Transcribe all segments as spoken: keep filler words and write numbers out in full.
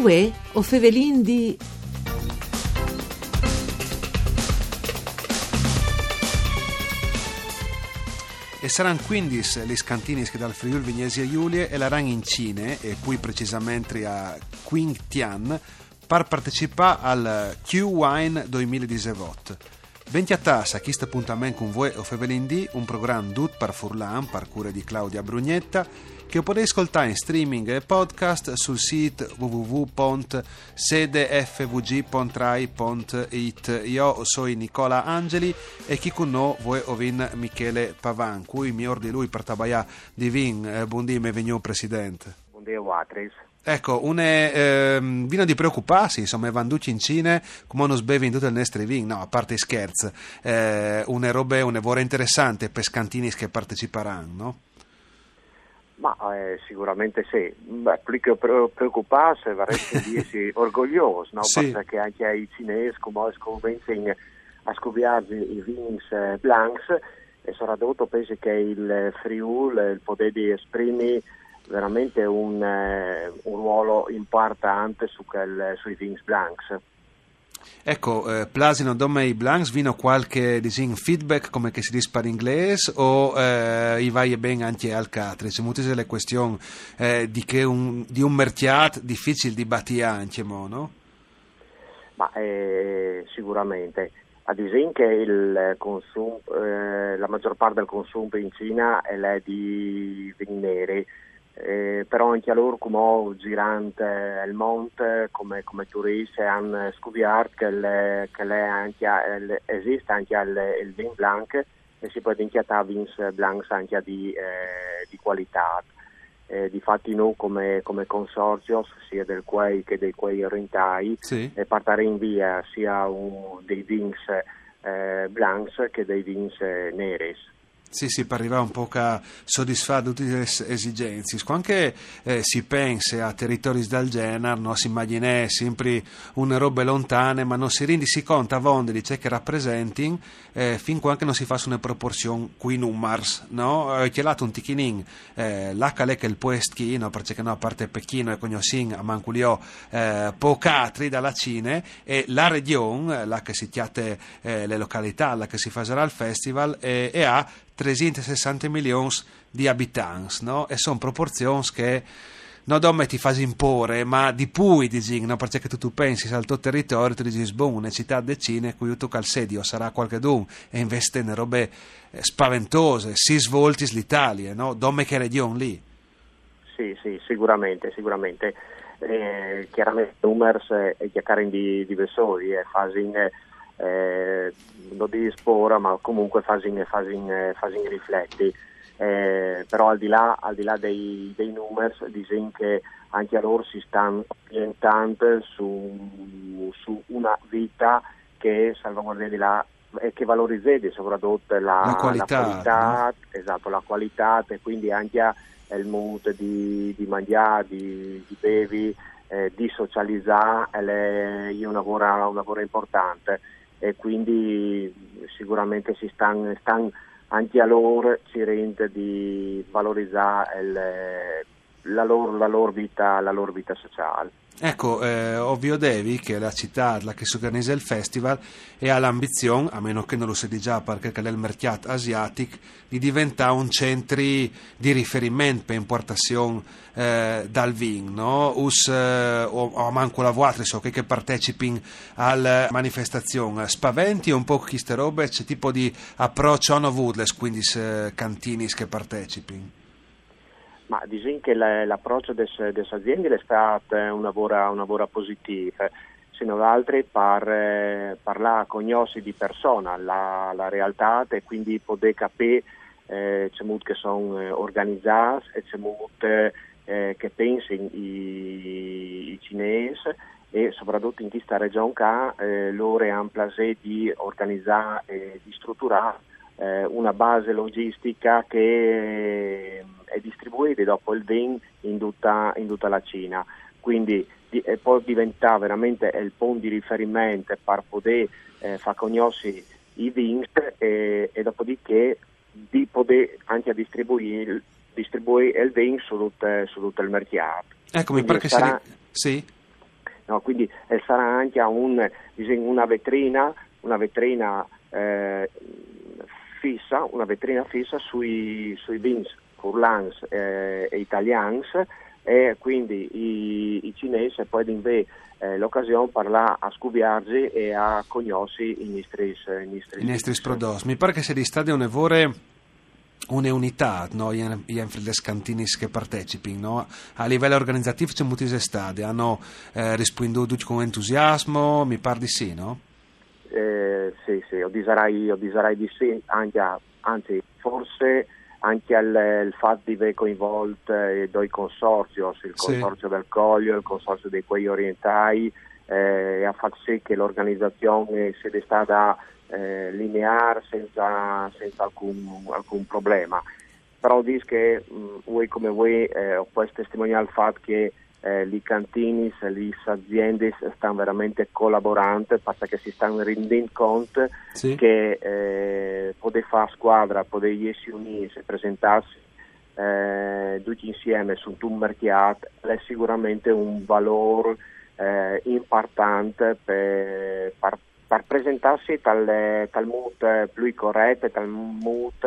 Uè, o fevelin di... E saranno quindi le scantini che dal Friuli Venezia Giulia e la ran in Cine, e qui precisamente a Quing Tian, per partecipare al Q Wine duemiladiciotto. Venti a tassa, chi sta appuntamento con voi o Fevelin D, un programma tutto per Furlan, per cura di Claudia Brugnetta, che potete ascoltare in streaming e podcast sul sito w w w punto sedefvg punto rai punto it. Io sono Nicola Angeli e chi con noi voi ovin Michele Pavan, cui mi ordi lui per tabaià di vin. Eh, buondì, me vegno presidente. Buondì, Watris. Ecco, un eh, vino di preoccuparsi, insomma, vanducci in Cine, come non sbevi in tutto il nostro vino, no, a parte scherzi, eh, une robe, une vore interessanti per scantini che parteciperanno, no? Ma eh, sicuramente sì. Beh, più che preoccuparsi, vorresti dirsi orgoglioso, no? Sì. Perché anche i cinesi, come sconvengono a scoviarsi i vini blancs, e sarà dovuto, penso che il Friuli, il potere di esprimere veramente un, eh, un ruolo importante su quel, sui vins blancs. Ecco, eh, Plasino Domei Blancs, vino qualche disin, feedback come che si dice per inglese o eh, i vai ben anche al catre? C'è molte le questioni eh, di che un, di un mercato difficile di battire anche, mo, no? Ma eh, sicuramente. Ad esempio che il consumo, eh, la maggior parte del consumo in Cina è la di vini neri. Eh, però anche a loro come girante il monte come, come turisti hanno scoperto che, le, che le anche, le, esiste anche il, il vin blanc e si può inchiatare vins blancs anche di, eh, di qualità. Eh, difatti noi come, come consorzio sia del Quei che dei Quei Rentai sì. eh, partare in via sia un, dei vins eh, blancs che dei vins eh, neris. Sì, sì, per arrivare un po' a soddisfare tutte le esigenze. Anche eh, si pensa a territori del genere, no? Si immagina sempre una robe lontane, ma non si rendi si conta a vonde di ciò che rappresentino eh, fin quando non si fa una proporzione qui numers, no? Eh, che lato un ticchinin, eh, là che è il pueschino, perché no, a parte Pechino e Cognosin, a Manculio, eh, pocatri dalla Cina, e la regione, là che si chiate eh, le località, là che si farà il festival, eh, e ha trecentosessanta milioni di abitanti, no? E sono proporzioni che non dome ti fai imporre, ma di pui dici, no? Perché tu, tu pensi al tuo territorio, tu dici, boh, una città decine, qui tu cal sedio sarà qualche dun e investe in robe spaventose, si svolti l'Italia, no? Dome che regione lì. Sì, sì, sicuramente, sicuramente. Eh, chiaramente numers e chiacchiare di, di Vessori e fasi Eh, non di spora, ma comunque fasin, fasin, fasin rifletti. Eh, però al di là, al di là dei, dei numeri, dicono che anche a loro si stanno orientando su, su una vita che salvaguardia di là e che valorizza soprattutto la, la qualità, la qualità, no? Esatto, la qualità, e quindi anche il mood di, di mangiare, di, di bevi, eh, di socializzare è un lavoro, un lavoro importante. E quindi sicuramente si stanno, stanno anche a loro ci rende di valorizzare il, la, loro, la, loro vita, la loro vita sociale. Ecco, eh, ovvio devi che la città la che si organizza il festival e ha l'ambizione, a meno che non lo si di già perché è il mercato asiatico, di diventare un centro di riferimento per importazione eh, dal vino, no? Us, eh, o, o manco la vuotri, so che, che partecipino alla manifestazione. Spaventi un po' queste robe, c'è tipo di approccio no woodless, quindi eh, cantini che partecipino. Ma diciamo che l'approccio delle aziende è stato un lavoro, un lavoro positivo, se non altro per parlare con conoscere di persona la, la realtà e quindi poter capire eh, c'è molto che sono organizzati e c'è molto eh, che pensano i, i cinesi e soprattutto in questa regione che eh, loro hanno piacere di organizzare e di strutturare eh, una base logistica che è distribuita dopo il vin in tutta, in tutta la Cina, quindi di, eh, può diventare veramente il punto di riferimento per poter eh, far conoscere i vini e, e dopodiché di poter anche distribuire, distribuire il vin su tutto, su tutto il mercato. Ecco, mi pare che sarà... si... Sì? no? Quindi eh, sarà anche un, una vetrina, una vetrina eh, fissa, una vetrina fissa sui, sui vins furlans eh, e italians, e quindi i, i cinesi poi invece eh, l'occasione per là a scubiarsi e a conoscere i nostri i nostri prodotti. Mi pare che sia di stadio un'evore un'unità, no? Gli le scantinis che partecipino, no? A livello organizzativo c'è molti stadi, hanno eh, risposto con entusiasmo, mi pare di sì, no? Eh, sì, sì, io disarai, io disarai di sì, anche a, anzi forse anche al, il fatto di aver coinvolto eh, due consorzi, il consorzio sì. del Coglio, il consorzio dei Quei Orientai, eh, ha fatto sì che l'organizzazione sia stata eh, lineare senza, senza alcun, alcun problema. Però dico che mh, voi come voi eh, ho poi testimoniare il fatto che Eh, i cantini, le aziende stanno veramente collaborando perché si stanno rendendo conto sì. che eh, poter fare squadra, poter essi unirsi e presentarsi eh, tutti insieme su un mercato è sicuramente un valore eh, importante per, per, per presentarsi tal, tal mood più corretto, tal mood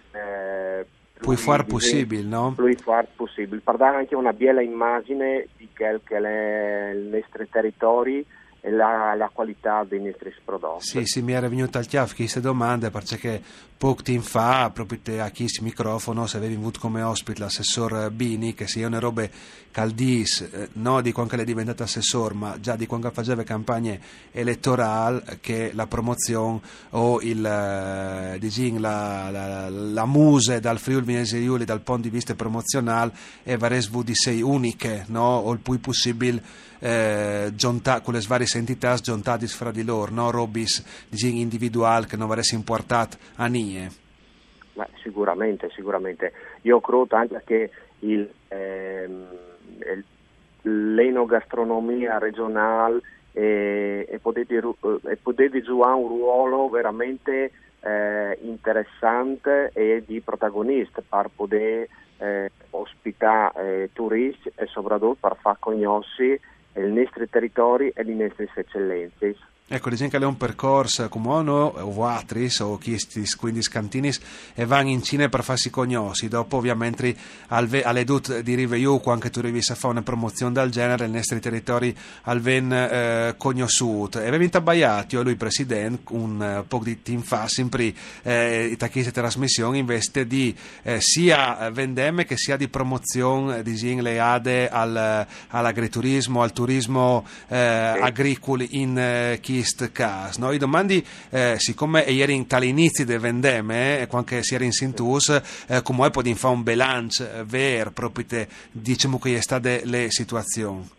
eh, più far possibile, no? Più far possibile, per dare anche una bella immagine di quel che è il nostro territorio e la, la qualità dei nostri prodotti. Sì, sì, mi era venuta al chiave queste domande perché poco tempo fa, proprio a chi si microfono, se avevi avuto come ospite l'assessor Bini, che sia una roba caldis, eh, no di quando è diventato assessore, ma già di quando faceva campagne elettorali, che la promozione o il eh, diciamo, la, la, la muse dal Friuli Venezia Giulia dal punto di vista promozionale e varesvu di sei uniche, no? O il più possibile Eh, giunta, con le varie entità giuntate fra di loro, no? Robis diciamo, individuali che non varesse importato a nie. Beh, sicuramente, sicuramente. Io credo anche che il, ehm, il, l'enogastronomia regionale e, e potete giocare un ruolo veramente eh, interessante e di protagonista per poter eh, ospitare eh, turisti e soprattutto per far conoscere i nostri territori e le nostre eccellenze. Ecco, diciamo che è un percorso come uno o altri o chi quindi scantinis e vanno in Cina per farsi conoscere. Dopo ovviamente alle dut di Riveiu quando tu arrivi a fare una promozione del genere i nostri territori al ven eh, conosciuti e avevi intabaiato io e lui presidente un uh, po' di tempo fa sempre eh, da queste trasmissioni investe di eh, sia vendemme che sia di promozione diciamo legate al, all'agriturismo al turismo eh, agricolo in eh, chi caso, no? I domandi, eh, siccome ieri in tali inizi di vendeme, eh, quando si era in Sintus, eh, come può fare un bilancio eh, vero, proprio te, diciamo che è state le situazioni?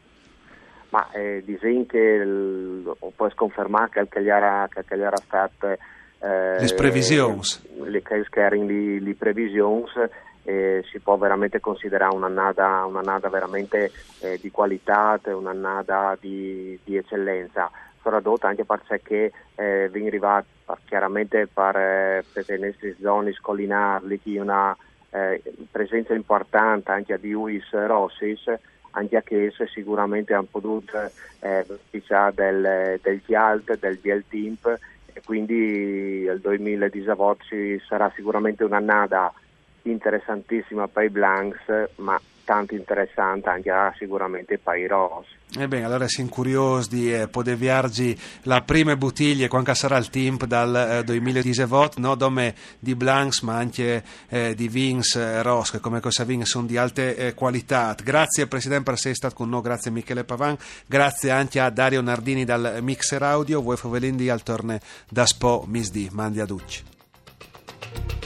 Ma eh, diciamo che il, puoi confermare che, che gli era, che gli era state eh, le previsioni, le, che erano le, le previsioni. Eh, si può veramente considerare un'annata, un'annata veramente eh, di qualità, un'annata di, di eccellenza. Soprattutto anche perché eh, viene arrivato chiaramente per, eh, per le nostre zone scollinari una eh, presenza importante anche di U I S Rossis, anche che sicuramente hanno potuto eh, beneficiare del, del G I A L T, del G L T I M P e quindi il duemiladiciotto sarà sicuramente un'annata interessantissima per i Blancs, ma tanto interessante anche ah, sicuramente per i Rossi. Ebbene, allora siamo curiosi di eh, poter viaggi la prima bottiglia quando sarà il team dal eh, duemiladiciotto, no dome di Blancs ma anche eh, di vins eh, Ros, che come cosa vin sono di alte eh, qualità. Grazie Presidente per essere stato con noi, grazie Michele Pavan, grazie anche a Dario Nardini dal Mixer Audio, voi Fovelindi al torne da Spo Misdi, mandi a Ducci.